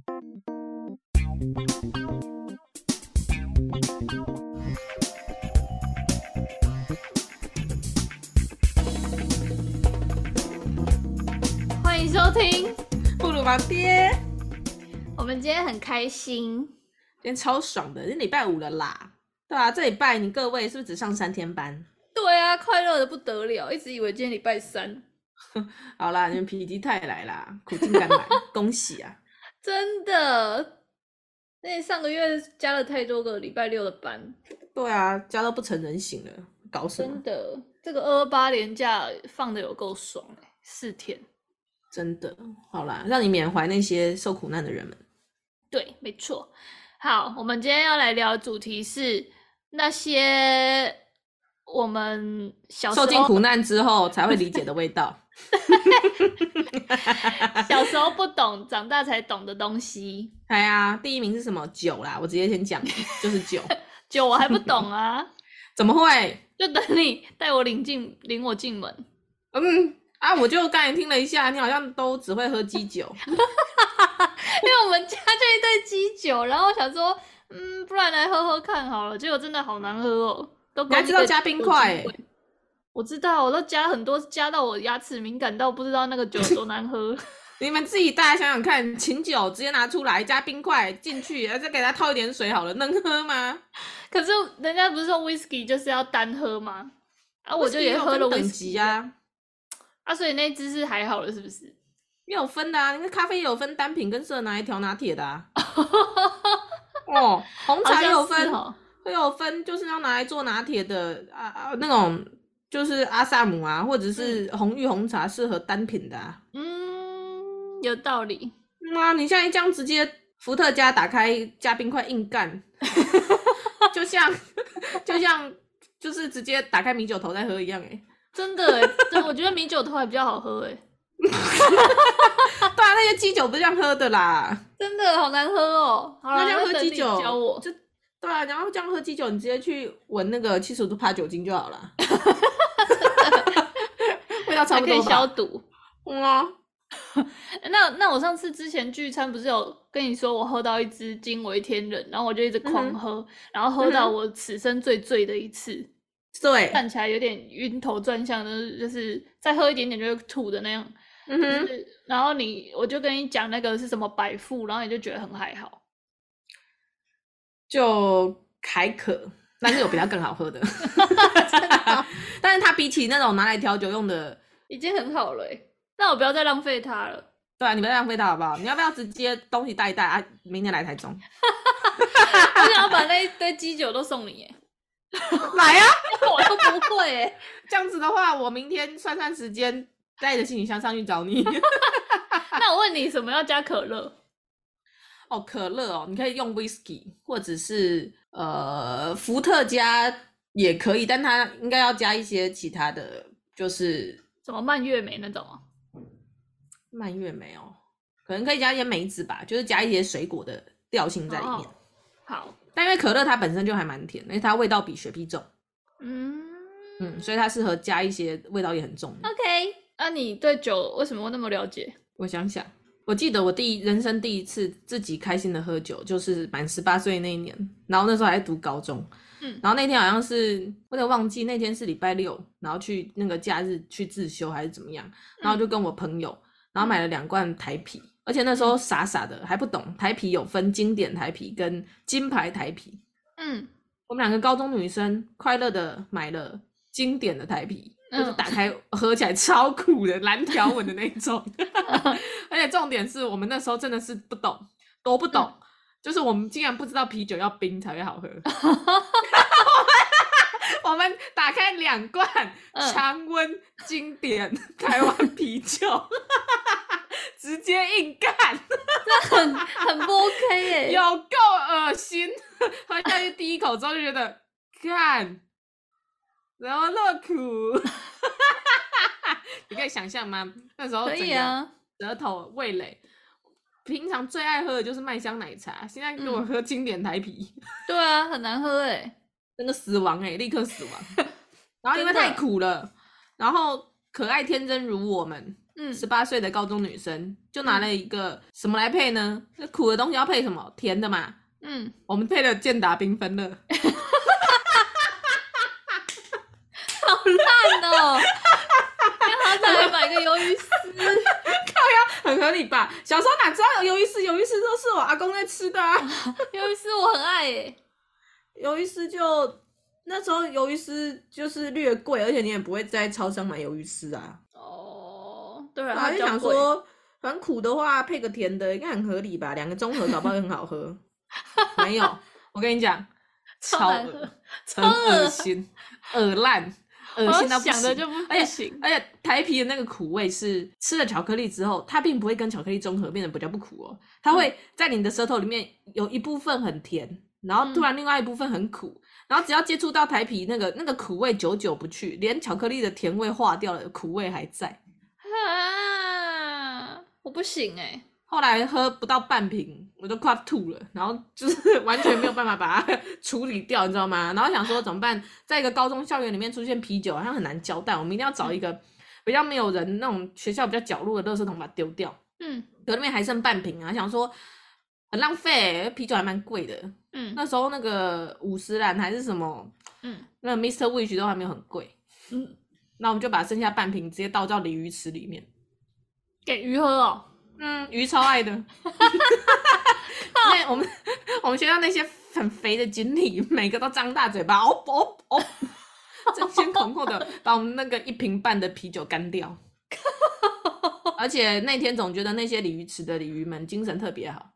欢迎收听布鲁盲爹。 我们今天很开心， 今天超爽的，今天礼拜五了啦。对啊，这礼拜你各位是不是只上3天班？ 对啊，快乐的不得了，一直以为今天礼拜三。 好啦，你们否极泰来啦，苦尽甘来，恭喜啊！ 真的，那上个月加了太多个礼拜六的班。 对啊，加到不成人形了，搞什么？ 真的，这个228连假放的有够爽4天。 真的，好啦，让你缅怀那些受苦难的人们。 对，没错。好，我们今天要来聊的主题是那些我们小时候受尽苦难之后才会理解的味道。 小时候不懂，长大才懂的东西。 哎呀，第一名是什么？酒啦，我直接先讲，就是酒。 酒我还不懂啊。 怎么会？ 就等你带我领我进门。 我就刚才听了一下，你好像都只会喝基酒。 因为我们家就一堆基酒，然后我想说，不然来喝喝看好了。结果真的好难喝哦， 你还知道加冰块我知道，我都加很多，加到我牙齿敏感到不知道那个酒有多难喝。 你们自己大家想想看，琴酒直接拿出来加冰块进去，再给它套一点水好了，能喝吗？ 可是人家不是说 whisky 就是要单喝吗？我就也喝了 whisky 所以那支是还好了，是不是？ 没有分的啊，那咖啡也有分单品跟适合拿来调拿铁的啊。红茶也有分，会有分就是要拿来做拿铁的那种就是阿萨姆啊，或者是红玉红茶适合单品的啊。 有道理。 你现在这样直接伏特加打开加冰块硬干，就像就是直接打开米酒头再喝一样真的我觉得米酒头还比较好喝对啊，那些基酒不是这样喝的啦， 真的好难喝哦。好啦， 那这样喝基酒教我就对啊，然后这样喝基酒，你直接去闻那个75%酒精就好了。味道差不多吧， 还可以消毒。那我上次之前聚餐不是有跟你说我喝到一支惊为天人，然后我就一直狂喝，然后喝到我此生最醉的一次。 对， 看起来有点晕头转向的，就是再喝一点点就会吐的那样。然后我就跟你讲那个是什么百富，然后你就觉得很还好， 就还可，但是有比它更好喝的。但是它比起那种拿来调酒用的已经很好了那我不要再浪费它了。 对啊，你不要浪费它好不好？你要不要直接东西带一带啊？明天来台中。 我想要把那一堆基酒都送你来啊！ 我都不会这样子的话，我明天算时间，带着行李箱上去找你。 那我问你，什么要加可乐？ 可乐你可以用 whisky 或者是伏特加也可以，但它应该要加一些其他的，就是什么蔓越莓那种蔓越莓可能可以加一些梅子吧，就是加一些水果的调性在里面。 好。 但因为可乐它本身就还蛮甜，因为它味道比雪碧重，所以它适合加一些味道也很重的。 OK，你对酒为什么会那么了解？ 我想想，我记得我人生第一次自己开心的喝酒，就是满18岁那一年，然后那时候还在读高中，然后那天好像是我有点忘记，那天是礼拜六，然后去那个假日去自修还是怎么样，然后就跟我朋友，然后买了2罐台啤。而且那时候傻傻的还不懂台啤有分经典台啤跟金牌台啤。我们2个高中女生快乐的买了经典的台啤，就是打开喝起来超苦的蓝条纹的那种。而且重点是我们那时候真的是不懂，多不懂，就是我们竟然不知道啤酒要冰才会好喝。我们打开2罐常温经典台湾啤酒。直接硬干， 这很不 OK 有够恶心。喝下去第一口之后就觉得干，然后那么苦。你可以想象吗？那时候整个舌头味蕾，平常最爱喝的就是麦香奶茶，现在给我喝经典台啤。 对啊，很难喝真的死亡立刻死亡。然后因为太苦了，然后可爱天真如我们 18岁的高中女生就拿了一个什么来配呢？那苦的东西要配什么？甜的嘛。我们配了健达缤纷乐。 好烂哦！好歹还买个鱿鱼丝， 靠腰很合理吧？小时候哪知道有鱿鱼丝？鱿鱼丝都是我阿公在吃的啊。 鱿鱼丝我很爱耶。 鱿鱼丝那时候鱿鱼丝就是略贵，而且你也不会在超商买鱿鱼丝啊。 哦，对啊， 我就想说，反正苦的话配个甜的，应该很合理吧？两个综合搞不好很好喝。没有，我跟你讲，超恶，很恶心，恶烂，恶心到不行， 想的就不行。 而且台啤的那个苦味是吃了巧克力之后，它并不会跟巧克力中和变得比较不苦哦，它会在你的舌头里面有一部分很甜，然后突然另外一部分很苦，然后只要接触到台啤那个苦味久久不去，连巧克力的甜味化掉了，苦味还在。 啊，我不行欸。 后来喝不到半瓶，我都快吐了，然后就是完全没有办法把它处理掉，你知道吗？然后想说怎么办？在一个高中校园里面出现啤酒，好像很难交代，我们一定要找一个比较没有人那种学校比较角落的垃圾桶把它丢掉。可那边还剩半瓶啊，想说很浪费，啤酒还蛮贵的。那时候那个50兰还是什么，那个 Mr. Wish 都还没有很贵。那我们就把剩下半瓶直接倒到鲤鱼池里面， 给鱼喝哦。 鱼超爱的。那我们学校那些很肥的锦鲤，每个都张大嘴巴，争先恐后的把我们那个1瓶半的啤酒干掉。而且那天总觉得那些鲤鱼池的鲤鱼们精神特别好。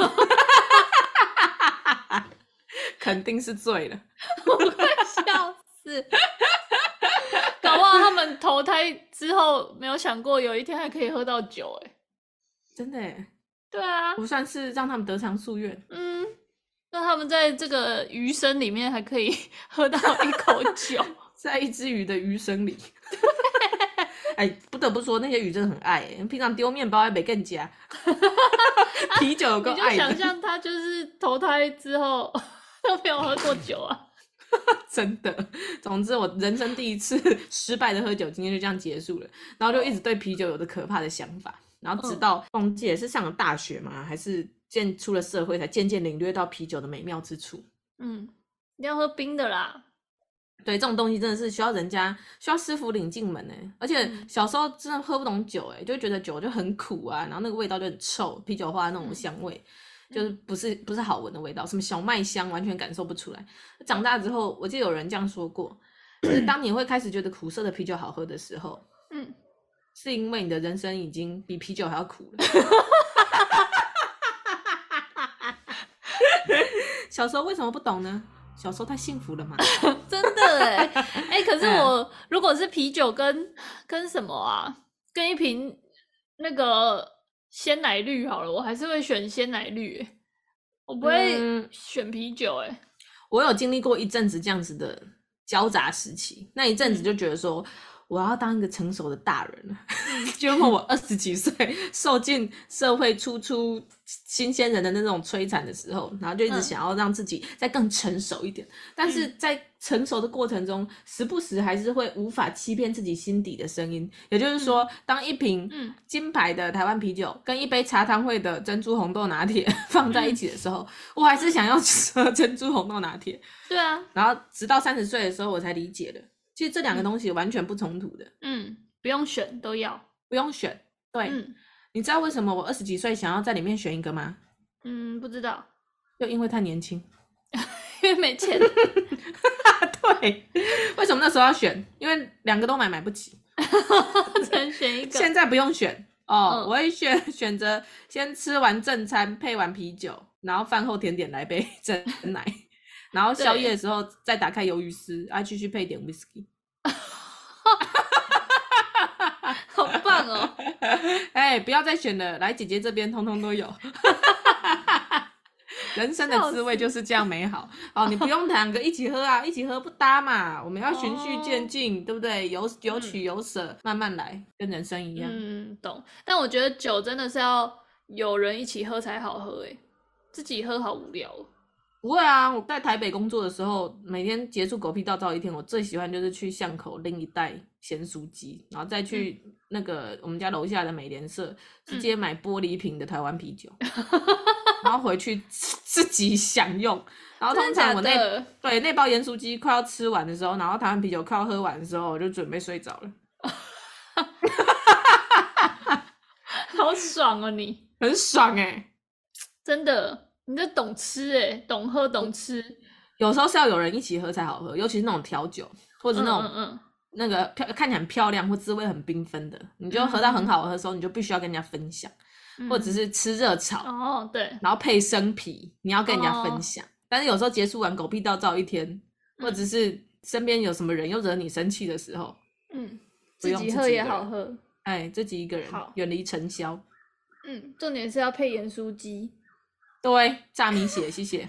肯定是醉了。 我快笑死。搞不好他们投胎之后没有想过有一天还可以喝到酒欸。 真的耶。 对啊， 不算是让他们得偿夙愿。 那他们在这个鱼生里面还可以喝到一口酒。 在一只鱼的鱼生里。哎，不得不说那些鱼真的很爱耶，平常丢面包还没更加。啤酒有够爱的。 你就想象他就是投胎之后都没有喝过酒啊。 真的。总之我人生第一次失败的喝酒今天就这样结束了，然后就一直对啤酒有着可怕的想法，然后直到忘记也是上了大学嘛，还是出了社会才渐渐领略到啤酒的美妙之处。 一定要喝冰的啦。 对，这种东西真的是需要师傅领进门耶。而且小时候真的喝不懂酒耶，就觉得酒就很苦啊，然后那个味道就很臭，啤酒花那种香味就是不是好闻的味道，什么小麦香完全感受不出来。长大之后我记得有人这样说过，就是当你会开始觉得苦涩的啤酒好喝的时候，是因为你的人生已经比啤酒还要苦了。小时候为什么不懂呢？小时候太幸福了嘛。 真的哎。可是我如果是啤酒跟什么啊，跟一瓶那个鲜奶绿好了，我还是会选鲜奶绿耶，我不会选啤酒哎。 我有经历过一阵子这样子的交杂时期，那一阵子就觉得说我要当一个成熟的大人了。就因为我20几岁受尽社会初新鲜人的那种摧残的时候，然后就一直想要让自己再更成熟一点，但是在成熟的过程中时不时还是会无法欺骗自己心底的声音。也就是说当一瓶金牌的台湾啤酒跟一杯茶汤会的珍珠红豆拿铁放在一起的时候，我还是想要喝珍珠红豆拿铁。 对啊。 然后直到30岁的时候我才理解了，其实这两个东西完全不冲突的。 不用选都要。 不用选。对。你知道为什么我20几岁想要在里面选一个吗？ 不知道。 就因为太年轻。 因为没钱。 对。为什么那时候要选？因为2个都买不起。 只能选一个。 现在不用选哦。我会选择先吃完正餐配完啤酒，然后饭后甜点来杯珍奶，然后宵夜的时候再打开鱿鱼丝，继续配点 whisky。 好棒哦。 哎，不要再选了，来姐姐这边通通都有。人生的滋味就是这样美好。你不用2个一起喝啊，一起喝不搭嘛，我们要循序渐进，对不对？有取有舍，慢慢来，跟人生一样。 懂。但我觉得酒真的是要有人一起喝才好喝耶，自己喝好无聊。 不会啊，我在台北工作的时候，每天结束狗屁倒灶一天，我最喜欢就是去巷口拎一袋咸酥鸡，然后再去那个我们家楼下的美联社，直接买玻璃瓶的台湾啤酒，然后回去自己享用。然后通常我那包盐酥鸡快要吃完的时候，然后台湾啤酒快要喝完的时候，我就准备睡着了。 好爽哦你， 很爽真的，你这懂吃懂喝懂吃。 有时候是要有人一起喝才好喝，尤其是那种调酒，或者是那种那个看起来很漂亮或滋味很缤纷的，你就喝到很好喝的时候，你就必须要跟人家分享，或者是吃热炒对， 然后配生啤，你要跟人家分享。但是有时候结束完狗屁倒灶一天，或者是身边有什么人又惹你生气的时候， 自己喝也好喝， 自己一个人远离尘嚣。 重点是要配盐酥鸡， 对，炸米血，谢谢。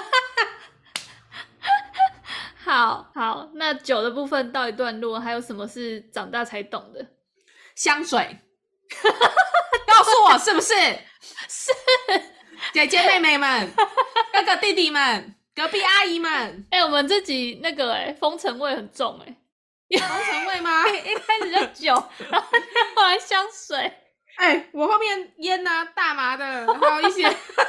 好，那酒的部分到一段落，还有什么是长大才懂的？ 香水，告诉我是不是？ 是， 姐姐妹妹们，哥哥弟弟们，隔壁阿姨们。 我们这集那个风尘味很重风尘味吗？ 一开始就酒，然后后来香水。 我后面烟啊、大麻的，还有一些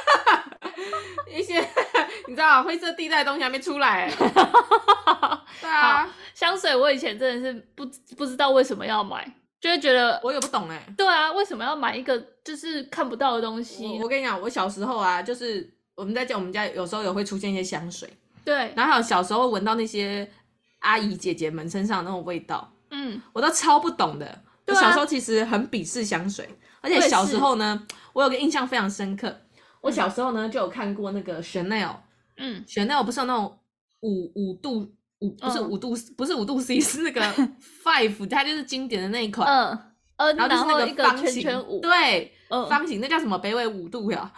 你知道灰色地带的东西还没出来。对啊， 香水我以前真的是不知道为什么要买，就会觉得我也不懂对啊，为什么要买一个就是看不到的东西？ 我跟你讲，我小时候啊，就是我们家有时候也会出现一些香水， 对， 然后还有小时候闻到那些阿姨姐姐们身上的那种味道，我都超不懂的。我小时候其实很鄙视香水，而且小时候呢，我有个印象非常深刻。我小时候呢就有看过那个 Chanel，Chanel 不是有那种五度不是5度 C， 是那个 5， 它就是经典的那一款， 然后就是那个方形， 圈圈5， 对，方形，那叫什么北纬5度呀？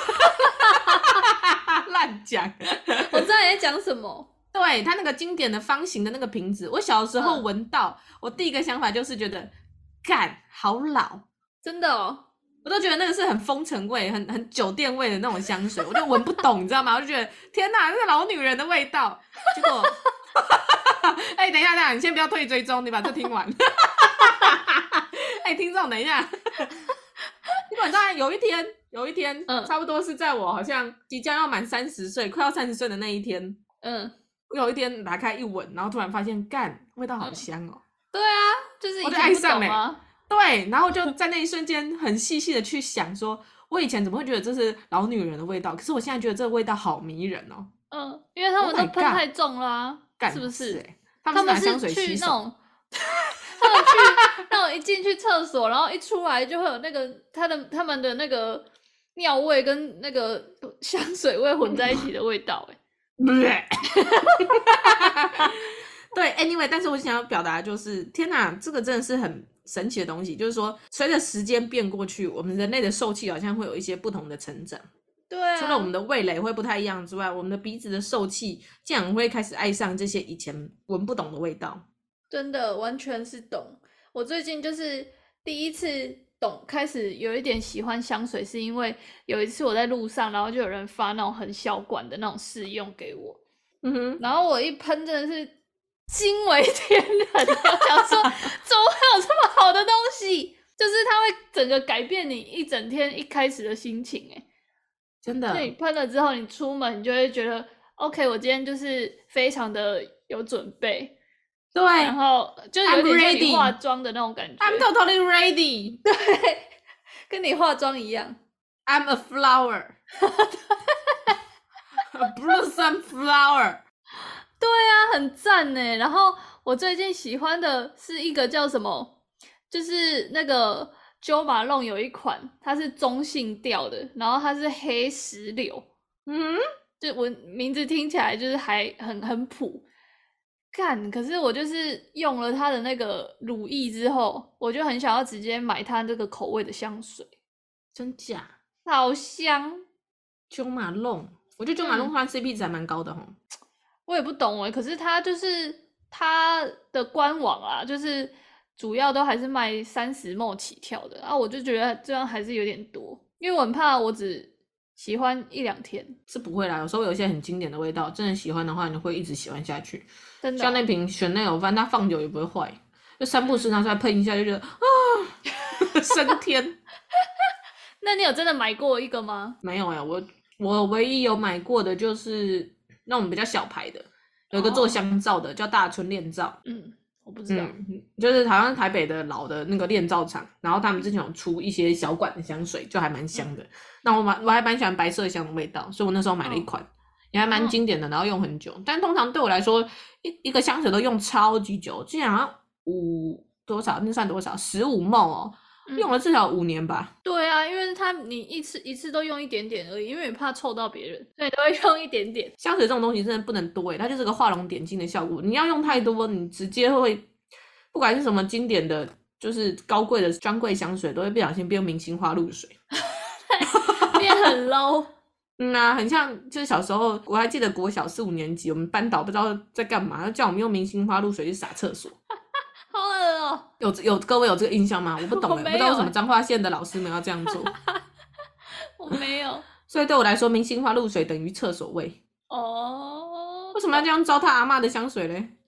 乱讲， 我知道你在讲什么。 对，它那个经典的方形的那个瓶子，我小时候闻到，我第一个想法就是觉得，干，好老， 真的我都觉得那个是很风尘味、很酒店味的那种香水，我就闻不懂，你知道吗？我就觉得天哪，那是老女人的味道。结果，等一下，你先不要退追踪，你把这听完。听众，等一下。基本上有一天，差不多是在我好像即将要满30岁、快要30岁的那一天，我有一天打开一闻，然后突然发现，干，味道好香哦。 对啊，就是我就爱上对，然后就在那一瞬间很细细的去想说，我以前怎么会觉得这是老女人的味道？可是我现在觉得这个味道好迷人哦。 因为他们都喷太重啦，是不是？ 他们是去那种，他们去那种一进去厕所，然后一出来就会有那个他们的那个尿味跟那个香水味混在一起的味道， 对 ，anyway， 但是我想要表达的就是，天哪，这个真的是很神奇的东西。就是说，随着时间变过去，我们人类的受气好像会有一些不同的成长。 对啊， 除了我们的味蕾会不太一样之外，我们的鼻子的受气竟然会开始爱上这些以前闻不懂的味道。 真的，完全是懂。我最近就是第一次开始有一点喜欢香水，是因为有一次我在路上，然后就有人发那种很小管的那种试用给我，然后我一喷真的是惊为天人，我想说怎么会有这么好的东西？就是它会整个改变你一整天一开始的心情， 真的。 你喷了之后，你出门你就会觉得 OK， 我今天就是非常的有准备， 对， 然后就有點像你化妆的那种感觉。 I'm totally ready。 对，跟你化妆一样。 I'm a flower， a blossom flower。 对啊，很赞耶。然后我最近喜欢的是一个叫什么，就是那个Jo Malone有一款，它是中性调的，然后它是黑石榴，就我名字听起来就是还很普。干，可是我就是用了它的那个乳液之后，我就很想要直接买它这个口味的香水。 真假？ 好香。 Jo Malone，我觉得Jo Malone换 CP 值还蛮高的齁。 我也不懂可是它就是它的官网啊，就是主要都还是卖30ml 起跳的啊，我就觉得这样还是有点多，因为我很怕我只喜欢1-2天？ 是不会啦，有时候有一些很经典的味道，真的喜欢的话，你会一直喜欢下去。 真的、 像那瓶Chanel，反正它放久也不会坏，就3不时拿出来喷一下，就觉得啊，升天。 那你有真的买过一个吗？ 没有我唯一有买过的就是那种比较小牌的，有一个做香皂的，叫大春炼皂。 我不知道。 就是好像台北的老的那个炼皂厂，然后他们之前有出一些小管的香水，就还蛮香的。那我还蛮喜欢白麝香的味道，所以我那时候买了一款，也还蛮经典的，然后用很久。但通常对我来说，一个香水都用超级久，之前好像多少那算多少15ml哦。用了至少5年吧。 对啊，因为你一次都用一点点而已，因为你怕臭到别人，所以都会用一点点。 香水这种东西真的不能多它就是个画龙点睛的效果。你要用太多，你直接会不管是什么经典的，就是高贵的专柜香水，都会不小心变明星花露水， 变很 low。 很像就是小时候，我还记得国小4-5年级，我们班导不知道在干嘛，叫我们用明星花露水去洒厕所。 好恶哦！ 有各位有这个印象吗？我不懂不知道为什么彰化县的老师们要这样做。 我没有。 所以对我来说，明星花露水等于厕所味。为什么要这样糟蹋阿嬷的香水嘞？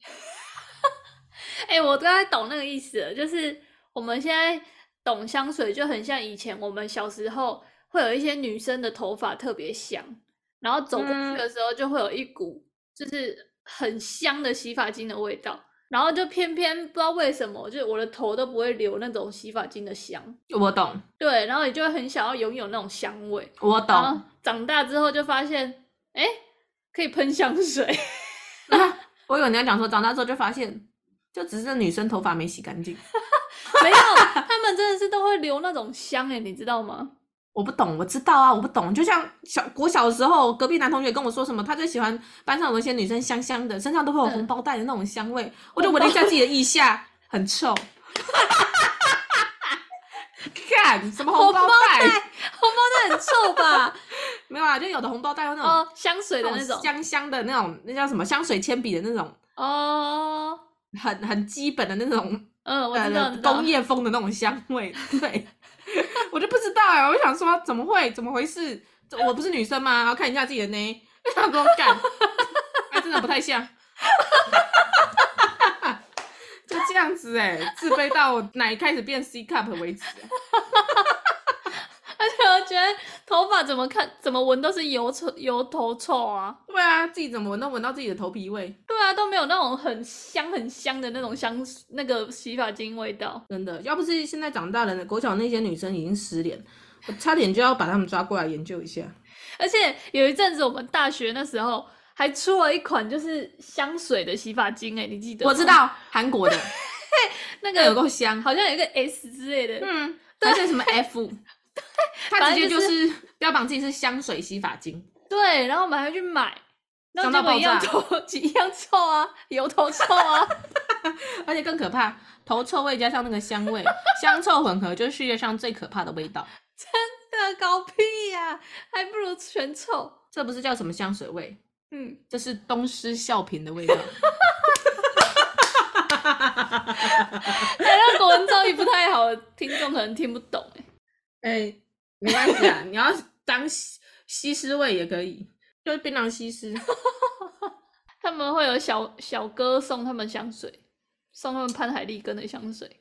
我刚才懂那个意思了，就是我们现在懂香水，就很像以前我们小时候会有一些女生的头发特别香，然后走过去的时候就会有一股就是很香的洗发精的味道。然后就偏偏不知道为什么，就我的头都不会留那种洗发精的香。 我懂。 对，然后你就会很想要拥有那种香味。 我懂。然后长大之后就发现，可以喷香水。 我以为你要讲说，长大之后就发现，就只是女生头发没洗干净。 没有，他们真的是都会留那种香你知道吗？ 我不懂，我知道啊，我不懂。就像国小的时候，隔壁男同学跟我说什么，他最喜欢班上有一些女生香香的，身上都会有红包袋的那种香味，我就闻了一下自己的腋下，很臭。看什么红包袋？ 红包袋很臭吧？ 没有啊，就有的红包袋有那种香水的那种香的那种，那叫什么香水铅笔的那种很基本的那种我知道工业风的那种香味。对。我就不知道我想说怎么回事？我不是女生吗？然后看一下自己的呢，就想说干，真的不太像。就这样子自卑到奶开始变 C cup 为止。 而且我觉得头发怎么闻都是油头臭啊。 对啊，自己怎么闻都闻到自己的头皮味。 对啊，都没有那种很香的那种那个洗发精味道。 真的，要不是现在长大了，国小那些女生已经失联，我差点就要把她们抓过来研究一下。 而且有一阵子我们大学那时候还出了一款就是香水的洗发精你记得吗？ 我知道，韩国的。 那个有够香， 好像有一个 S 之类的。 还是什么 F。他直接就是标榜自己是香水洗发精。 对，然后我们还去买，然后结果一样臭啊，油头臭啊。 而且更可怕，头臭味加上那个香味，香臭混合就是世界上最可怕的味道。 真的搞屁呀，还不如全臭。 这不是叫什么香水味，这是东施效颦的味道。 那国文造诣不太好的听众可能听不懂没关系啊，你要当西施味也可以，就是槟榔西施。 他们会有小哥送他们香水，送他们潘海利根的香水。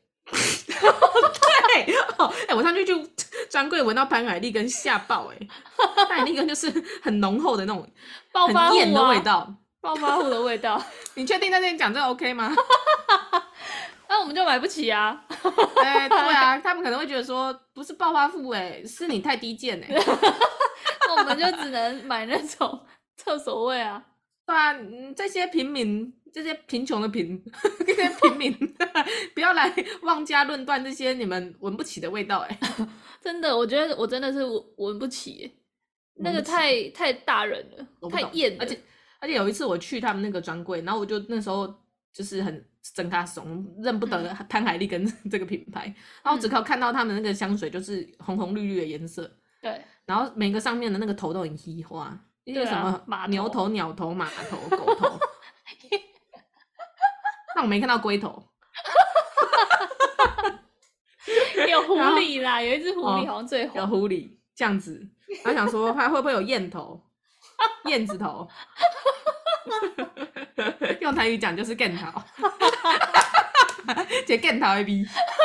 对我上去就专柜闻到潘海利根吓爆潘海利根就是很浓厚的那种暴发户很艳的味道， 暴发户的味道。 你确定在这里讲这个 OK 吗？ 那我们就买不起啊。 对啊，他们可能会觉得说不是暴发户是你太低贱那我们就只能买那种厕所味啊。 对啊，这些平民，这些贫穷的这些平民不要来妄加论断这些你们闻不起的味道真的，我觉得我真的是闻不起那个太大人了，太艳了。 而且有一次我去他们那个专柜，然后我就那时候就是很真咖怂，认不得潘海利根这个品牌，然后只靠看到他们那个香水就是红红绿绿的颜色。 对， 然后每个上面的那个头都很稀花，一些什么牛头、鸟头、马头、狗头。但我没看到龟头。 有狐狸啦，有一只狐狸好像最红。 有狐狸， 这样子，然后想说它会不会有燕头、燕子头，用台语讲就是剑头，这剑头的味，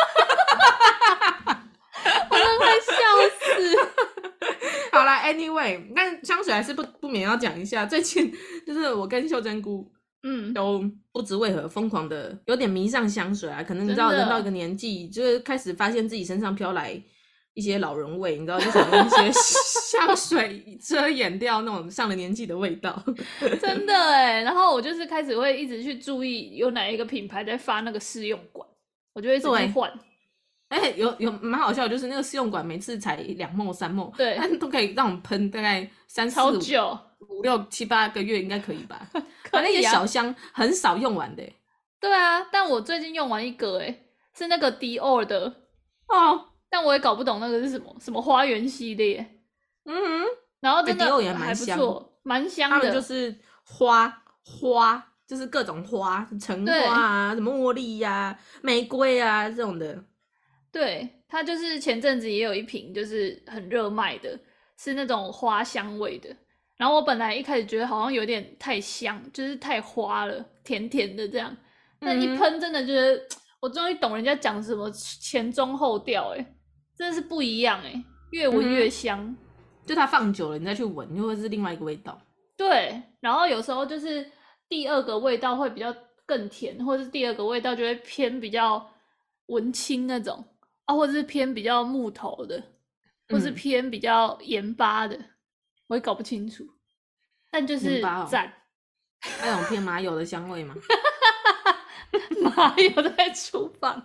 我真的快笑死。 好啦 ，anyway， 但香水还是不免要讲一下。最近就是我跟秀珍菇，都不知为何疯狂的有点迷上香水啊。可能你知道，人到一个年纪，就是开始发现自己身上飘来一些老人味，你知道，就想用一些香水遮掩掉那种上了年纪的味道。 真的哎，然后我就是开始会一直去注意有哪一个品牌在发那个试用管，我就会一直去换。 有蛮好笑的，就是那个试用管每次才2ml 3ml， 对， 但都可以让我们喷大概3、4、5、6、7、8个月，应该可以吧？把那些小香很少用完的。 对啊，但我最近用完一个，是那个 Dior 的哦， 但我也搞不懂那个是什么花园系列。然后真的还不错，蛮香的。 他们就是花，就是各种花，橙花啊，什么茉莉啊、玫瑰啊这种的。 对，它就是前阵子也有一瓶，就是很热卖的，是那种花香味的。然后我本来一开始觉得好像有点太香，就是太花了，甜甜的这样。但一喷真的觉得，我终于懂人家讲什么前中后调，真的是不一样，越闻越香。 就它放久了，你再去闻，又会是另外一个味道。 对，然后有时候就是第二个味道会比较更甜，或者是第二个味道就会偏比较文青那种。或者是偏比较木头的，或是偏比较盐巴的，我也搞不清楚。但就是赞。 那种偏麻油的香味吗？ 麻油在厨房。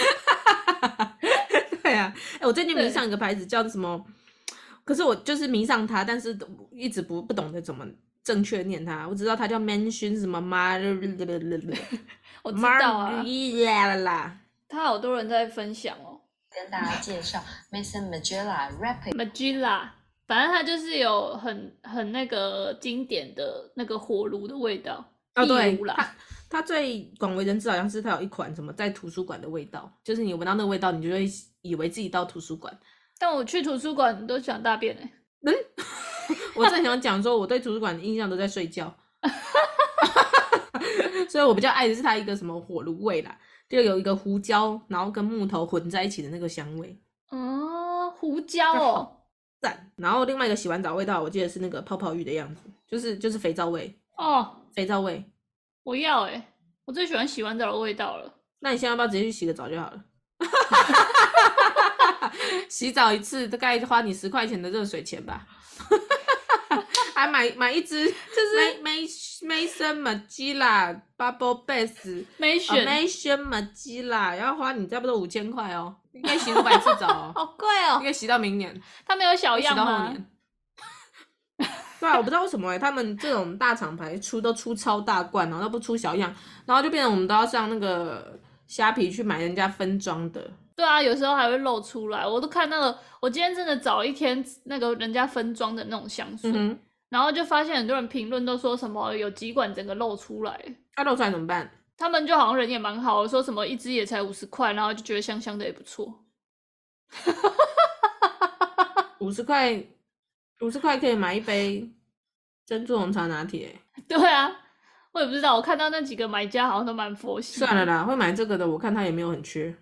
对啊，我最近迷上一个牌子叫什么？可是我就是迷上它，但是一直不懂得怎么正确念它。我只知道它叫 Mansion 什么我知道啊。 它好多人在分享哦。 跟大家介绍 Maison Margiela Rapid Margiela， 反正它就是有很那个经典的那个火炉的味道。 对，它最广为人知好像是它有一款什么在图书馆的味道，就是你闻到那个味道，你就会以为自己到图书馆。 但我去图书馆都想大便我正想讲说，我对图书馆的印象都在睡觉，所以我比较爱的是它一个什么火炉味啦。就有一个胡椒，然后跟木头混在一起的那个香味。 胡椒哦， 赞。然后另外一个洗完澡味道，我记得是那个泡泡浴的样子，就是肥皂味。肥皂味。 我要我最喜欢洗完澡的味道了。 那你现在要不要直接去洗个澡就好了？洗澡一次大概花你10块钱的热水钱吧。还买一支，就是 Maison Margiela Bubble Bath Maison Margiela， 要花你差不多5000块哦，应该洗500次澡哦。 好贵哦， 应该洗到明年。 他们有小样吗？ 洗到后年。对啊，我不知道为什么他们这种大厂牌都出超大罐，然后都不出小样，然后就变成我们都要上那个虾皮去买人家分装的。 对啊，有时候还会露出来。我都看那个，我今天真的找了一天那个人家分装的那种香水。然后就发现很多人评论都说什么有几管整个露出来， 露出来怎么办？ 他们就好像人也蛮好的，说什么一支也才50块，然后就觉得香香的也不错。 50块可以买一杯珍珠红茶拿铁。 对啊，我也不知道，我看到那几个买家好像都蛮佛系。 算了啦，会买这个的我看他也没有很缺。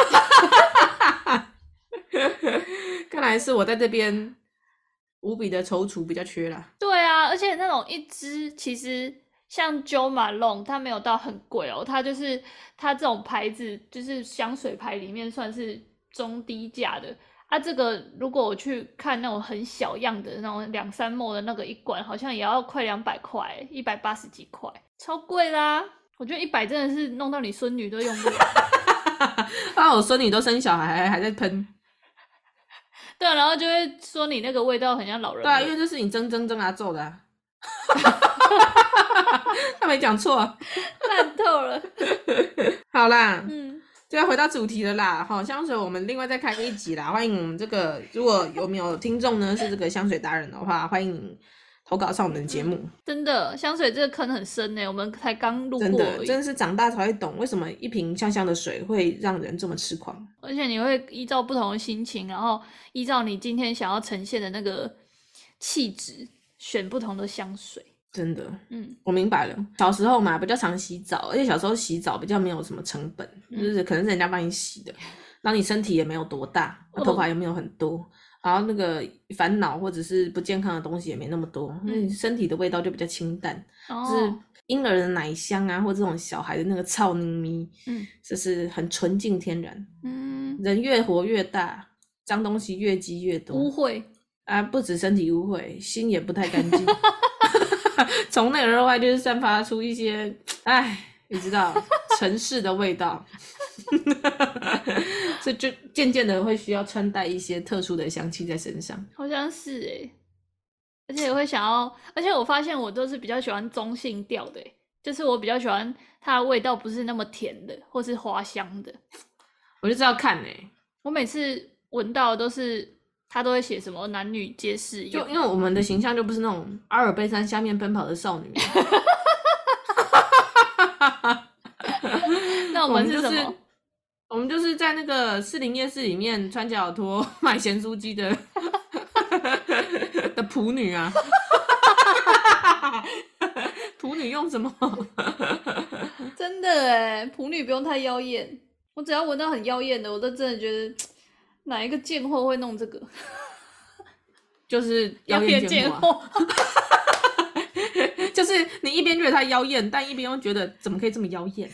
看来是我在这边无比的踌躇比较缺啦。 对啊，而且那种一支其实像 Jo Malone 它没有到很贵哦，它就是它这种牌子就是香水牌里面算是中低价的啊。这个如果我去看那种很小样的那种2-3ml的那个一罐，好像也要快200块，180几块，超贵啦。我觉得100真的是弄到你孙女都用不了。 我孙女都生小孩还在喷。 对啊，然后就会说你那个味道很像老人。 对啊，因为这是你曾阿做的啊。他没讲错。 烂透了。 好啦，就要回到主题了啦。香水我们另外再开一集啦。欢迎我们这个，如果有没有听众呢是这个香水达人的话，欢迎投稿上我们的节目。 真的，香水这个坑很深欸，我们才刚路过真而已。 的真的是长大才会懂为什么一瓶香香的水会让人这么痴狂。 而且你会依照不同的心情，然后依照你今天想要呈现的那个气质，选不同的香水。 真的，我明白了。小时候嘛，比较常洗澡，而且小时候洗澡比较没有什么成本，就是可能是人家帮你洗的，然后你身体也没有多大，头发也没有很多，然后那个烦恼或者是不健康的东西也没那么多，你身体的味道就比较清淡，就是婴儿的奶香啊，或者这种小孩的那个草泥咪，就是很纯净天然。人越活越大，脏东西越积越多， 污秽啊，不止身体污秽，心也不太干净。从内而外就是散发出一些，你知道城市的味道，所以就渐渐的会需要穿戴一些特殊的香气在身上。 好像是而且也会想要，而且我发现我都是比较喜欢中性调的就是我比较喜欢它的味道不是那么甜的，或是花香的。 我就知道看我每次闻到的都是。他都会写什么男女皆适用， 就因为我们的形象就不是那种阿尔卑斯下面奔跑的少女。 那我们是什么？ 我们就是在那个士林夜市里面穿脚拖买咸酥鸡的的仆女啊。仆女用什么？ 真的仆女不用太妖艳，我只要闻到很妖艳的，我都真的觉得。哪一个贱货会弄这个？ 就是妖艳贱货，就是你一边觉得它妖艳，但一边又觉得怎么可以这么妖艳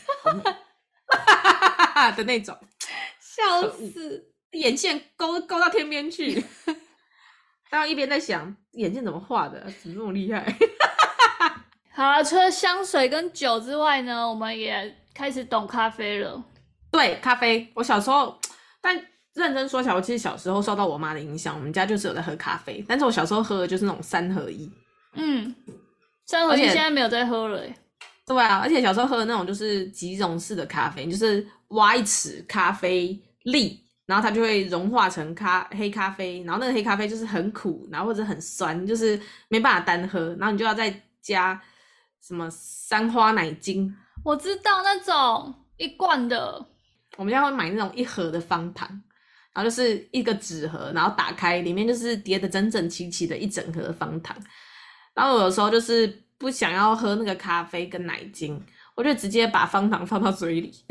的那种， 笑死！ 眼线勾到天边去，然后一边在想眼线怎么画的，怎么那么厉害？ 好了，除了香水跟酒之外呢，我们也开始懂咖啡了。 对，咖啡，我小时候，但。认真说起来，我其实小时候受到我妈的影响，我们家就是有在喝咖啡，但是我小时候喝的就是那种3合1。 3合1现在没有在喝了对啊，而且小时候喝的那种就是即溶式的咖啡，就是挖一匙咖啡粒，然后它就会融化成黑咖啡，然后那个黑咖啡就是很苦，然后或者很酸，就是没办法单喝，然后你就要再加什么3花奶精。 我知道那种一罐的， 我们家会买那种1盒的方糖。然后就是一个纸盒，然后打开，里面就是叠得整整齐齐的一整盒方糖。然后我有时候就是不想要喝那个咖啡跟奶精，我就直接把方糖放到嘴里。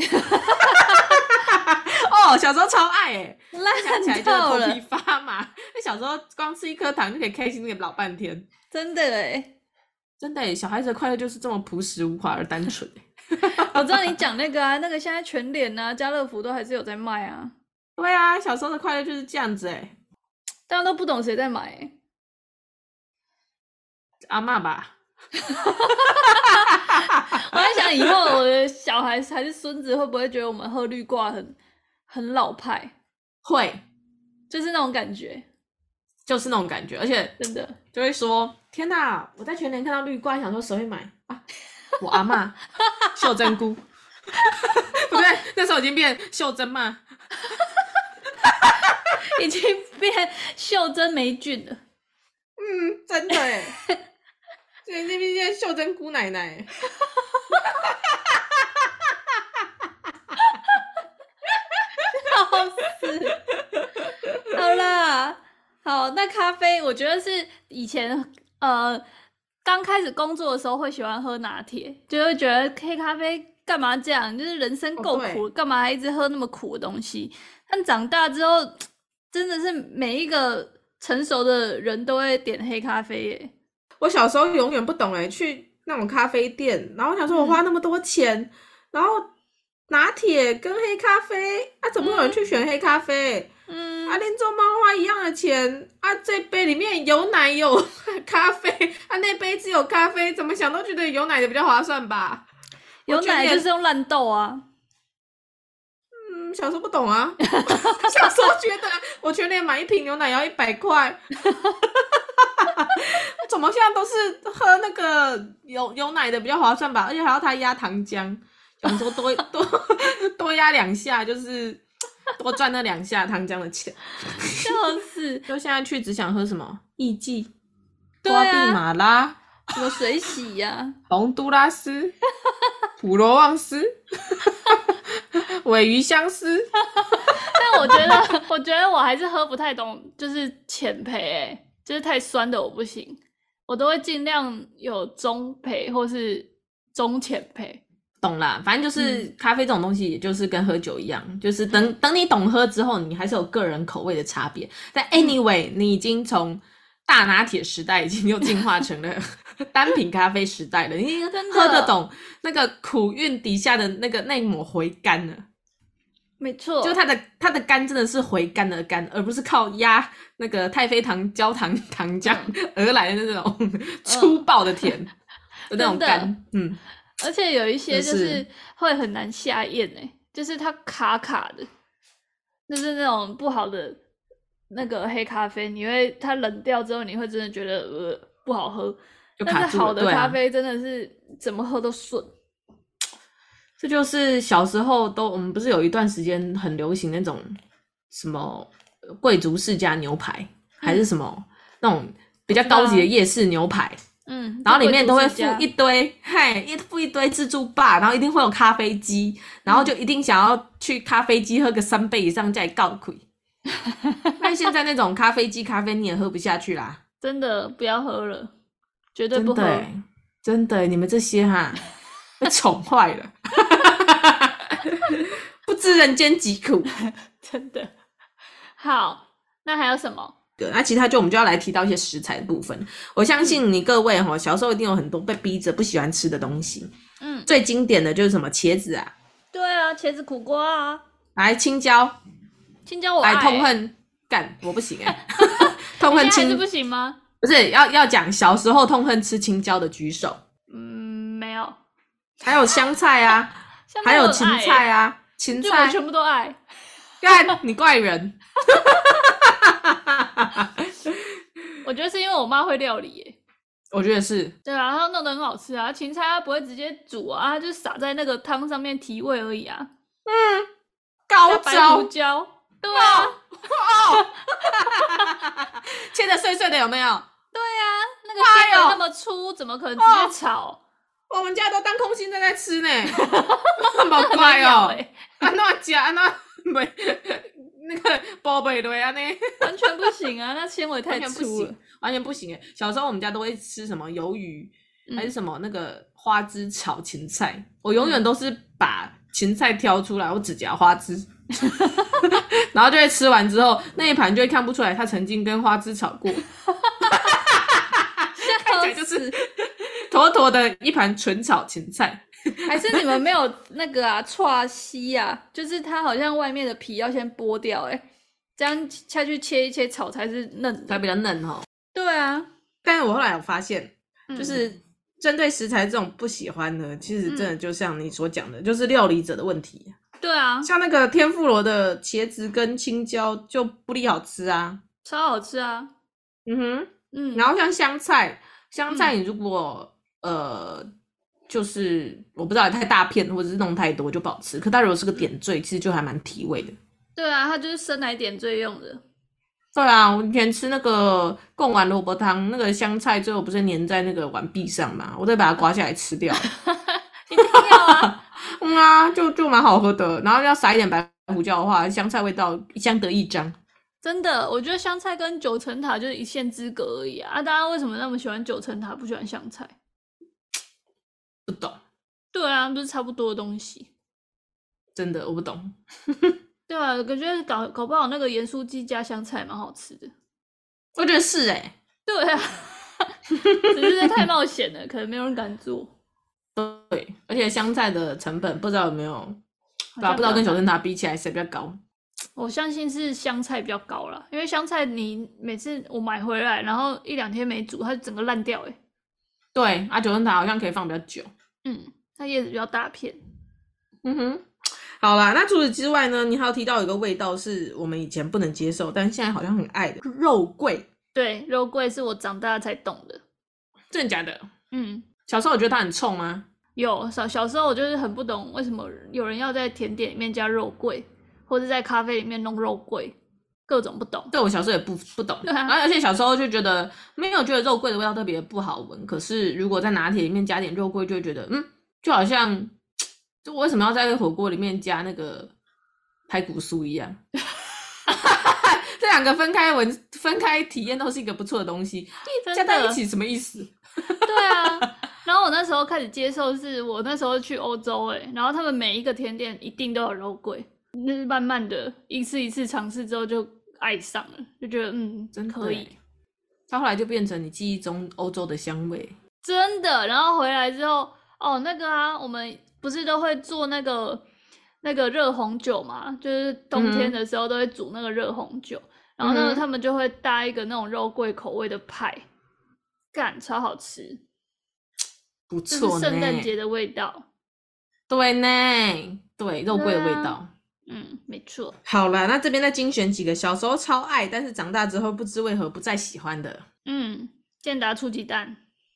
小时候超爱想起来就头皮发麻。那小时候光吃1颗糖就可以开心那个老半天， 真的真的小孩子的快乐就是这么朴实无华而单纯。 我知道你讲那个那个现在全联啊、家乐福都还是有在卖啊。 对啊，小时候的快乐就是这样子大家都不懂谁在买阿嬷吧。 我在想以后我的小孩还是孙子会不会觉得我们喝绿挂很老派？ 会， 就是那种感觉， 而且真的就会说：天哪！我在全联看到绿挂，想说谁会买啊？我阿嬷秀珍菇，不对，那时候已经变秀珍妈。 已经变秀珍霉菌了。 真的这边现在秀珍姑奶奶。 笑死！好啦，好，那咖啡我觉得是以前刚开始工作的时候会喜欢喝拿铁，就会觉得黑咖啡干嘛这样，就是人生够苦，干嘛还一直喝那么苦的东西？但长大之后，真的是每一个成熟的人都会点黑咖啡我小时候永远不懂去那种咖啡店，然后想说我花那么多钱，然后拿铁跟黑咖啡怎么有人去选黑咖啡？连做猫花一样的钱这杯里面有奶有咖啡那杯只有咖啡，怎么想都觉得有奶的比较划算吧？ 有奶就是用烂豆啊。 小时候不懂啊。小时候觉得我全联买1瓶牛奶要100块。怎么现在都是喝那个有奶的比较划算吧？而且还要他压糖浆，想说多压2下，就是多赚那2下糖浆的钱。 笑死！ 就现在去只想喝什么艺妓， 瓜地马拉、 什么水洗呀、 洪都拉斯、普罗旺斯、尾鱼香丝。 但我觉得我还是喝不太懂，就是浅焙就是太酸的我不行，我都会尽量有中焙或是中浅焙。 懂啦，反正就是咖啡这种东西，也就是跟喝酒一样，就是等你懂喝之后，你还是有个人口味的差别。但 anyway，你已经从大拿铁时代已经又进化成了单品咖啡时代了，你已经喝得懂那个苦韵底下的那一抹回甘了。 没错， 就它的甘真的是回甘的甘，而不是靠压那个太妃糖焦糖糖浆而来的那种粗暴的甜的那种甘。 而且有一些就是会很难下咽就是它卡卡的，就是那种不好的那个黑咖啡，它冷掉之后，你会真的觉得不好喝。 就卡住了。 但是好的咖啡真的是怎么喝都顺。 这就是小时候我们不是有一段时间很流行那种什么贵族世家牛排，还是什么那种比较高级的夜市牛排。然后里面都会附一堆，附一堆自助吧，然后一定会有咖啡机，然后就一定想要去咖啡机喝个3杯以上再告亏。但现在那种咖啡机咖啡你也喝不下去啦， 真的不要喝了，绝对不喝。 真的，你们这些被宠坏了，不知人间疾苦， 真的。好，那还有什么？ 那其他我们就要来提到一些食材的部分。我相信你各位小时候一定有很多被逼着不喜欢吃的东西。最经典的就是什么茄子啊。 对啊，茄子苦瓜啊。 来青椒我爱。来痛恨干我不行痛恨青椒不行吗？ 不是要讲小时候痛恨吃青椒的举手。 没有。 还有香菜啊，还有芹菜啊，芹菜我全部都爱。 干你怪人。 我觉得是因为我妈会料理耶。 我觉得是。对啊，她弄得很好吃啊。芹菜她不会直接煮啊，她就撒在那个汤上面提味而已啊。 高招。 白胡椒。对啊。 切得碎碎的有没有？ 对啊，那个纤维那么粗，怎么可能直接炒？ 我们家都当空心菜在吃呢。好怪哦。安怎吃安怎没那个包贝对啊呢？ 完全不行啊，那纤维太粗了， 完全不行小时候我们家都会吃什么鱿鱼，还是什么那个花枝炒芹菜，我永远都是把芹菜挑出来，我只夹花枝，然后就会吃完之后那一盘就会看不出来它曾经跟花枝炒过，看起来就是妥妥的一盘纯炒芹菜。 还是你们没有那个串西就是它好像外面的皮要先剥掉这样下去切一切炒才是嫩的， 才比较嫩对啊， 但是我后来有发现，就是针对食材这种不喜欢的，其实真的就像你所讲的，就是料理者的问题。 对啊， 像那个天妇罗的茄子跟青椒就不利好吃啊， 超好吃啊。 然后像香菜你如果就是我不知道太大片或者是弄太多就不好吃，可它如果是个点缀，其实就还蛮提味的。 对啊，它就是生来点缀用的。 对啊，我以前吃那个贡丸萝卜汤，那个香菜最后不是粘在那个碗壁上嘛，我再把它刮下来吃掉。 一定要啊。 就蛮好喝的，然后要撒一点白胡椒的话，香菜味道相得益彰。 真的，我觉得香菜跟九层塔就是一线之隔而已大家为什么那么喜欢九层塔，不喜欢香菜？ 不懂。 对啊，不是差不多的东西。 真的我不懂。 对啊，我觉得搞不好那个盐酥鸡加香菜蛮好吃的。 我觉得是对啊。只是太冒险了，可能没有人敢做。 对，而且香菜的成本不知道有没有，不知道跟九层塔比起来谁比较高。 我相信是香菜比较高啦，因为香菜你每次我买回来，然后1-2天没煮，它就整个烂掉对啊，九层塔好像可以放比较久。 它叶子比较大片。 好啦，那除此之外呢，你还有提到有一个味道是我们以前不能接受，但现在好像很爱的肉桂。 对，肉桂是我长大才懂的。 真的假的？小时候我觉得它很冲吗？ 有，小时候我就是很不懂为什么有人要在甜点里面加肉桂，或者在咖啡里面弄肉桂。 各种不懂。 对，我小时候也不懂， 对啊而且小时候就觉得没有觉得肉桂的味道特别不好闻，可是如果在拿铁里面加点肉桂，就会觉得就好像就我为什么要在火锅里面加那个排骨酥一样。这两个分开体验都是一个不错的东西，加在一起什么意思？ 对啊，然后我那时候开始接受，是我那时候去欧洲然后他们每一个甜点一定都有肉桂，那慢慢的一次一次尝试之后就爱上了，就觉得真的可以。 它后来就变成你记忆中欧洲的香味， 真的。然后回来之后，那个我们不是都会做那个热红酒嘛，就是冬天的时候都会煮那个热红酒，然后他们就会搭一个那种肉桂口味的派，干超好吃， 不错呢， 就是圣诞节的味道。 对呢，对，肉桂的味道。 没错。 好了，那这边再精选几个小时候超爱，但是长大之后不知为何不再喜欢的。 健达出鸡蛋。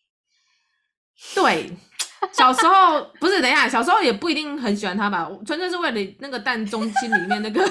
对，小时候不是，等一下，小时候也不一定很喜欢它吧，纯粹是为了那个蛋中心里面那个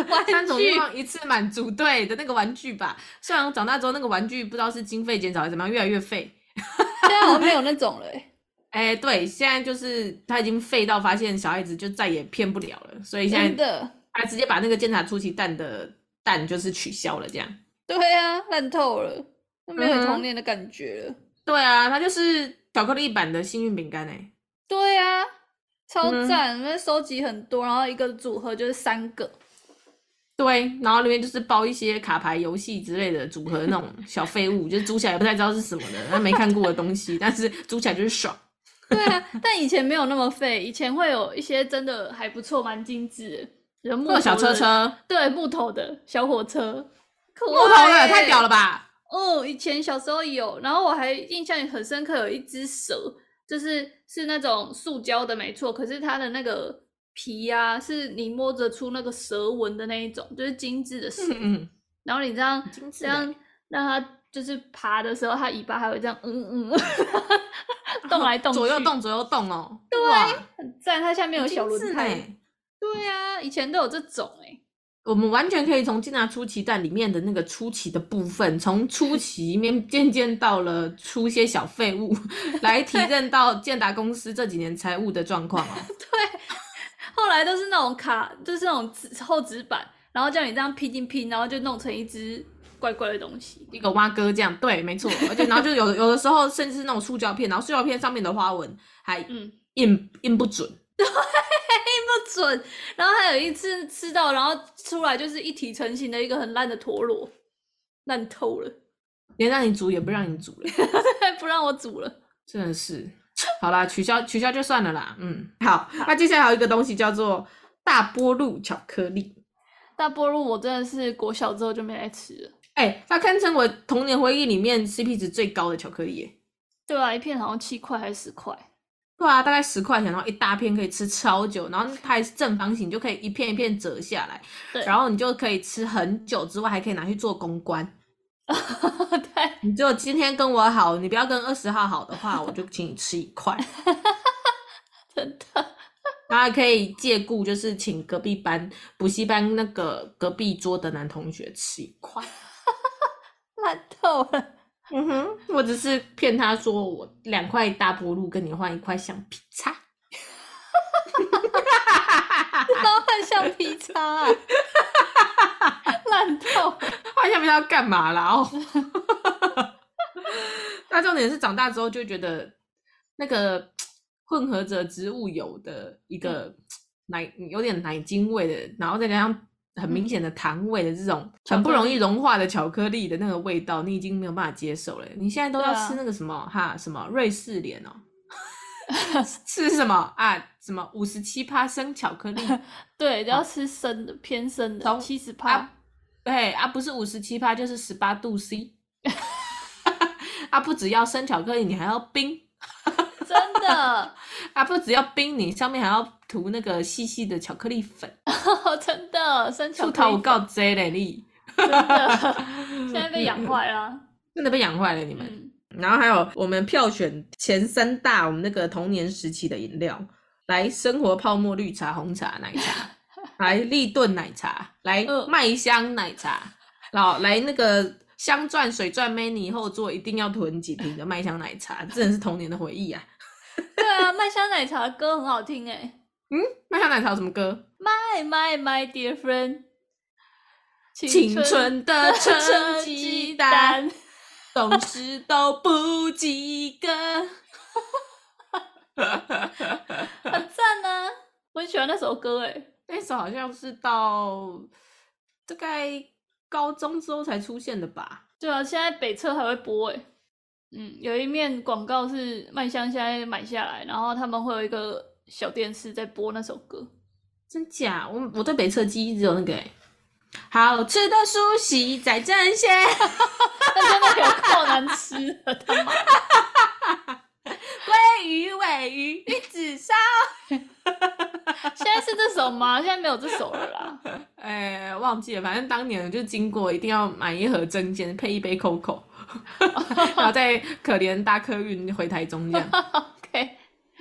3种愿望一次满足对的那个玩具吧。虽然长大之后那个玩具不知道是经费减少还是怎么样，越来越废。 现在好像没有那种了对，现在就是它已经废到发现小孩子就再也骗不了了，所以现在真的还直接把那个健达出奇蛋的蛋就是取消了，这样。 对啊，烂透了，没有童年的感觉了。 对啊，它就是巧克力版的幸运饼干对啊，超赞！那收集很多，然后一个组合就是3个。 对，然后里面就是包一些卡牌游戏之类的组合那种小废物，就是煮起来也不太知道是什么的，他没看过的东西，但是煮起来就是爽。 对啊，但以前没有那么废，以前会有一些真的还不错，蛮精致的，有木头的小车车， 对，木头的小火车， 木头的太屌了吧！ 以前小时候有，然后我还印象很深刻，有一只蛇，是那种塑胶的，没错，可是它的那个皮是你摸着出那个蛇纹的那一种，就是精致的蛇。然后你这样让它就是爬的时候，它尾巴还会这样动来动去， 左右动哦。 对，很赞。它下面有小轮胎。对啊，以前都有这种我们完全可以从健达出奇蛋里面的那个出奇的部分，从出奇面渐到了出些小废物，来提振到健达公司这几年财务的状况对，后来都是那种就是那种厚纸板，然后叫你这样拼，然后就弄成一只怪怪的东西， 一个蛙哥这样。对，没错。而且然后就有的时候甚至是那种塑胶片，然后塑胶片上面的花纹还印不准。 对，印不准。然后还有一次吃到，然后出来就是一体成型的一个很烂的陀螺，烂透了， 连让你煮也不让你煮了， 不让我煮了， 真的是。好啦，取消就算了啦。好，那接下来还有一个东西叫做大波露巧克力。 大波露我真的是国小之后就没来吃了。 它堪称我童年回忆里面 CP 值最高的巧克力耶。 对啊，一片好像7块还是10块。 对啊，大概10块钱，然后一大片可以吃超久，然后它还是正方形，就可以一片一片折下来， 对， 然后你就可以吃很久，之外还可以拿去做公关。 对， 你只有今天跟我好，你不要跟20号好的话，我就请你吃1块。 真的。 然后还可以借故就是请隔壁班补习班那个隔壁桌的男同学吃1块。 烂透了。 我只是骗他说我2块大波露跟你换1块橡皮擦。 然后换橡皮擦烂透了。 换橡皮擦要干嘛啦？那重点是长大之后就觉得那个混合着植物油的一个有点奶精味的，然后再加上很明显的糖味的这种很不容易融化的巧克力的那个味道，你已经没有办法接受了。你现在都要吃那个什么什么瑞士莲吃什么什么57%生巧克力。 对，要吃生的，偏生的70%。 对不是57%就是18度 C。不只要生巧克力，你还要冰。 真的。 不只要冰，你上面还要涂那个细细的巧克力粉。 真的，生巧克力粉。 出头有够多嘞你。 真的，现在被养坏了。 真的被养坏了你们。然后还有我们票选前3大我们那个童年时期的饮料，来生活泡沫、绿茶、红茶、奶茶。 来立顿奶茶，来嗯麦香奶茶，然后来那个香钻水钻 mini 后座一定要囤几瓶的麦香奶茶，真的是童年的回忆啊。 对啊，麦香奶茶的歌很好听麦香奶茶有什么歌？ My dear friend， 青春的成绩单，总是都不及格。 很赞啊！我很喜欢那首歌那首好像是到大概高中之后才出现的吧？ 对啊，现在北车还会播有一面广告是麦香现在买下来，然后他们会有一个小电视在播那首歌。 真假？我对北侧记忆只有那个好吃的苏西在争先， 那真的有够难吃的，他妈！ 鲑鱼鱼子烧。 现在是这首吗？现在没有这首了啦。 忘记了，反正当年就经过一定要买一盒蒸煎配一杯 Coco， 然后再可怜搭客运回台中这样。 OK，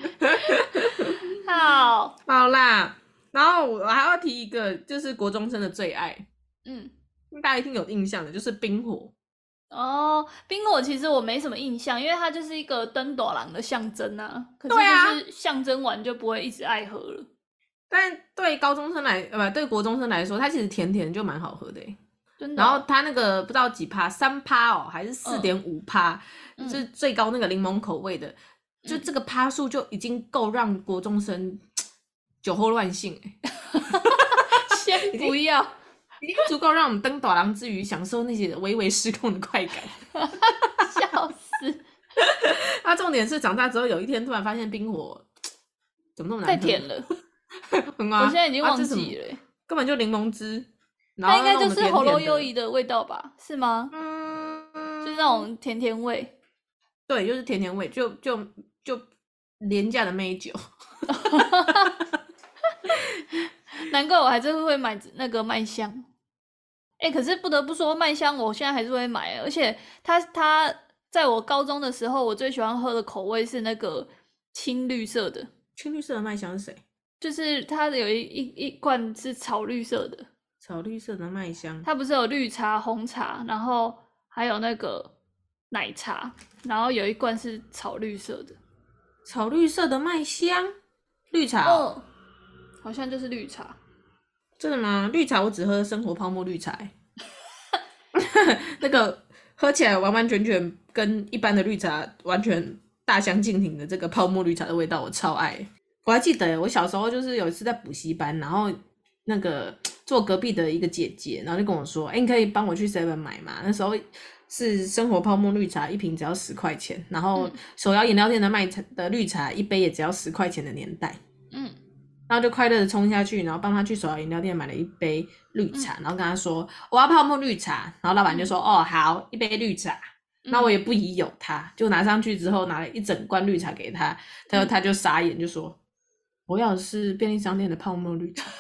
好啦。然后我还要提一个，就是国中生的最爱，大家一定有印象的，就是冰火。 冰火其实我没什么印象，因为它就是一个登斗郎的象征啊。可是对啊， 就是象征完就不会一直爱喝了。 但对高中生对国中生来说，它其实甜甜就蛮好喝的真的。 然后它那个不知道几趴，3%还是4.5%，就是最高那个柠檬口味的，就这个趴数就已经够让国中生酒后乱性先不要。 已经足够让我们登短廊之余享受那些微微失控的快感。 笑死！ 重点是长大之后有一天突然发现冰火怎么那么难喝， 太甜了。 很啊， 我现在已经忘记了根本就柠檬汁。 它应该就是喉咙优怡的味道吧？是吗？就是那种甜甜味。 对，就是甜甜味，就廉价的美酒。 难怪我还是会买那个麦香。可是不得不说，麦香我现在还是会买，而且它在我高中的时候，我最喜欢喝的口味是那个青绿色的。 青绿色的麦香是谁？ 就是它有一罐是草绿色的。 草绿色的麦香， 它不是有绿茶、红茶，然后还有那个奶茶，然后有一罐是草绿色的。 草绿色的麦香，绿茶好像就是绿茶。 真的吗？绿茶我只喝生活泡沫绿茶那个喝起来完完全全跟一般的绿茶完全大相径庭的这个泡沫绿茶的味道，我超爱。我还记得我小时候就是有一次在补习班，然后那个坐隔壁的一个姐姐，然后就跟我说你可以帮我去 7 买吗？那时候是生活泡沫绿茶一瓶只要10块钱，然后手摇饮料店的卖的绿茶一杯也只要10块钱的年代。然后就快乐的冲下去，然后帮他去手摇饮料店买了一杯绿茶，然后跟他说我要泡沫绿茶，然后老板就说好，一杯绿茶。那我也不疑有他，就拿上去之后拿了一整罐绿茶给他，他就傻眼，就说我要的是便利商店的泡沫绿茶。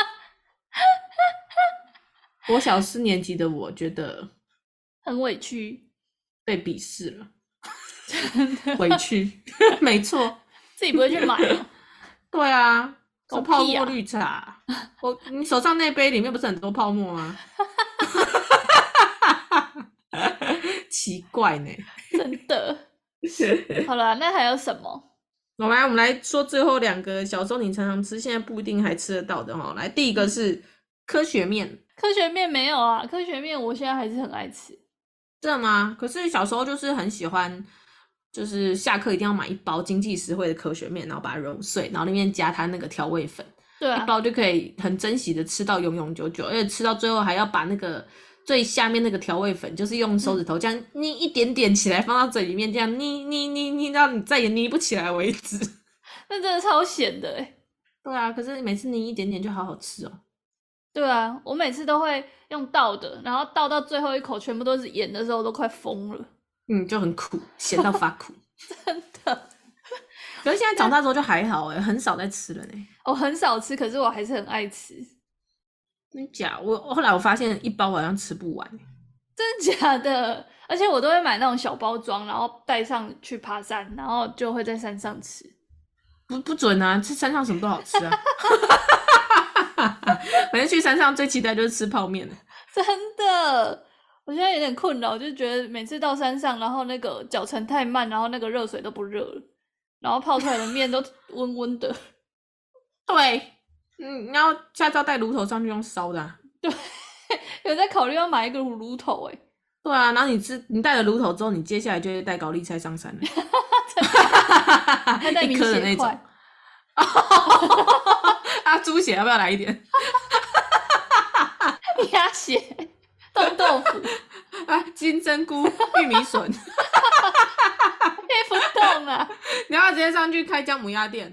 国小4年级的我觉得很委屈， 被鄙视了。委屈。没错， 自己不会去买对啊， 狗泡屁啊沫绿茶。你手上那杯里面不是很多泡沫吗？奇怪呢， 真的。好啦，那还有什么？ 我们来说最后2个小时候你常常吃，现在不一定还吃得到的来，第一个是科学面。 科学面没有啊，科学面我现在还是很爱吃。 真的吗？可是小时候就是很喜欢，就是下课一定要买一包经济实惠的科学面，然后把它揉碎，然后里面加它那个调味粉， 对啊， 一包就可以很珍惜的吃到永永久久，而且吃到最后还要把那个最下面那个调味粉，就是用手指头这样捏一点点起来，放到嘴里面，这样捏到你再也捏不起来为止。 那真的超咸的对啊，可是每次捏一点点就好好吃哦。 对啊，我每次都会用倒的，然后倒到最后一口全部都是盐的时候，都快疯了。 就很苦，咸到发苦。 真的。 可是现在长大之后就还好很少在吃了呢。 我很少吃，可是我还是很爱吃。 真假？我后来我发现一包好像吃不完。 真的假的？而且我都会买那种小包装，然后带上去爬山，然后就会在山上吃。 不准啊！吃山上什么都好吃啊。 反正去山上最期待就是吃泡面了。 真的，我现在有点困扰，就觉得每次到山上，然后那个脚程太慢，然后那个热水都不热了，然后泡出来的面都温温的。 对，你要下次要带炉头上去用烧的、啊。 对，有在考虑要买一个炉头欸。 对啊，然后你带了炉头之后，你接下来就会带高丽菜上山了。 还带米一颗的那种血块。 啊，猪血要不要来一点？ 鸭血、冻豆腐、 啊，金针菇、玉米笋， 配不动啊！ 你要直接上去开姜母鸭店，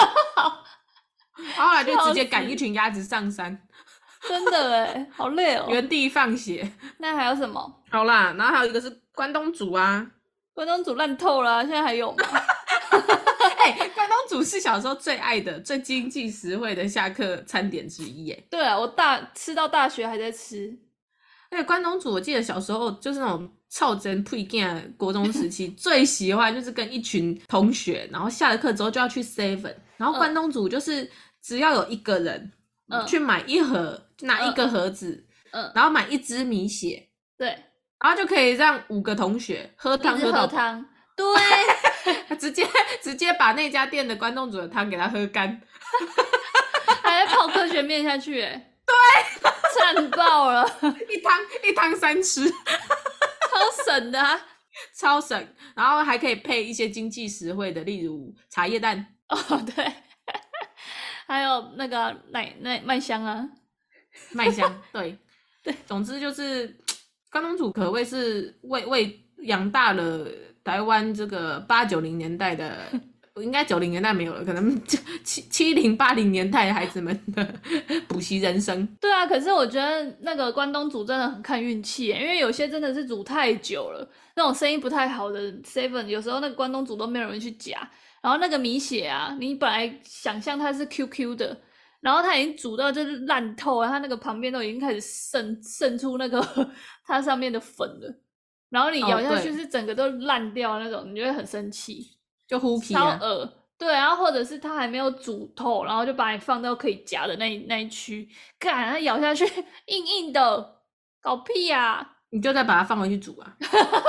然后来就直接赶一群鸭子上山， 真的哎，好累哦。 原地放血。 那还有什么？ 好啦，然后还有一个是关东煮啊， 关东煮烂透了，现在还有吗？ 关东煮是小时候最爱的、最经济实惠的下课餐点之一耶。 对啊，我吃到大学还在吃。 而且关东煮，我记得小时候就是那种超真配件，国中时期最喜欢就是跟一群同学，然后下了课之后就要去 Seven， 然后关东煮就是只要有一个人去买一盒，拿一个盒子，然后买一支米血， 对， 然后就可以让5个同学喝汤喝到汤，对。 直接把那家店的关东煮的汤给他喝干， 还在泡科学面下去，哎，对，惨爆了， 一汤3吃， 超省的啊， 超省，然后还可以配一些经济实惠的，例如茶叶蛋。 哦，对，还有那个麦香啊， 麦香，对，总之就是关东煮可谓是为养大了台湾这个80、90年代的，应该90年代没有了，可能70、80年代的孩子们的补习人生。 对啊，可是我觉得那个关东煮真的很看运气耶，因为有些真的是煮太久了，那种生意不太好的 Seven， 有时候那个关东煮都没有人去夹，然后那个米血啊，你本来想象它是 QQ 的，然后它已经煮到就是烂透了，它那个旁边都已经开始渗出那个它上面的粉了，然后你咬下去是整个都烂掉那种，你就会很生气， 就呼气超恶。对，然后或者是它还没有煮透，然后就把你放到可以夹的那一区，干，它咬下去硬硬的，搞屁呀！ 你就再把它放回去煮啊，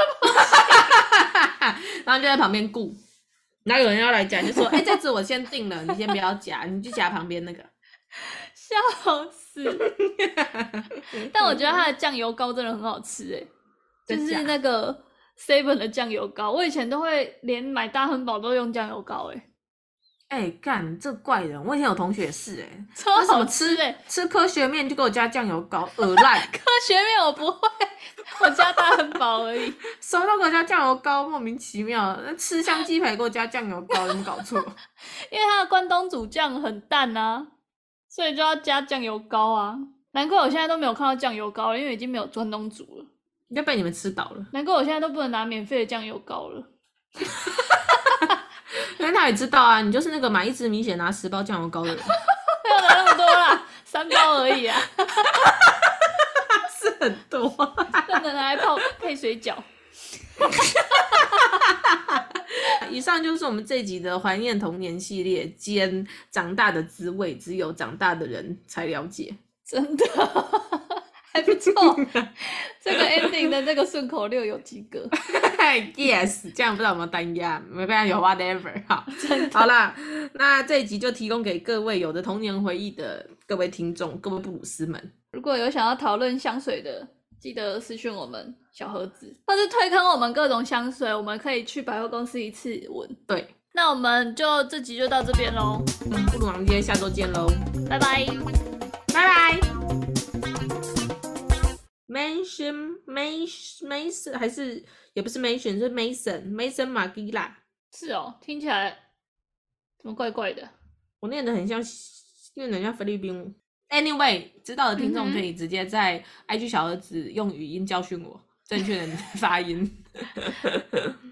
然后就在旁边顾，然后有人要来夹，就说：“这次我先定了，你先不要夹，你去夹旁边那个。” 笑死！但我觉得它的酱油膏真的很好吃，就是那个 Seven 的酱油膏，我以前都会连买大汉堡都用酱油膏， 干这怪人！我以前有同学也是， 超好吃吃科学面就给我加酱油膏，恶烂。 科学面我不会，我加大汉堡而已。 什么都给我加酱油膏，莫名其妙。那吃香鸡排给我加酱油膏，有没有搞错？ 因为它的关东煮酱很淡啊，所以就要加酱油膏啊。难怪我现在都没有看到酱油膏了，因为已经没有关东煮了。 应该被你们吃倒了。 难怪我现在都不能拿免费的酱油膏了。 因为他也知道啊，你就是那个买一支米血拿10包酱油膏的人。 没有拿那么多啦，3包而已啊。 是很多， 真的拿来配水饺。 以上就是我们这一集的怀念童年系列兼长大的滋味，只有长大的人才了解。 真的还不错。这个 ending 的这个顺口溜有及格。 Yes， 这样不知道有没有单押，没办法有 whatever。 好啦，那这一集就提供给各位有着童年回忆的各位听众，各位布鲁斯们。 如果有想要讨论香水的，记得私讯我们小盒子，或是推坑我们各种香水，我们可以去百货公司一次闻。 对， 那我们就这集就到这边咯。 布鲁王爹下周见咯， 拜拜， 拜拜。Mason 还是也不是 Mason， 是 Mason 马吉拉。 是哦，听起来怎么怪怪的？ 我念得很像菲律宾。Anyway， 知道的听众可以直接在 IG 小儿子用语音教训我正确的发音。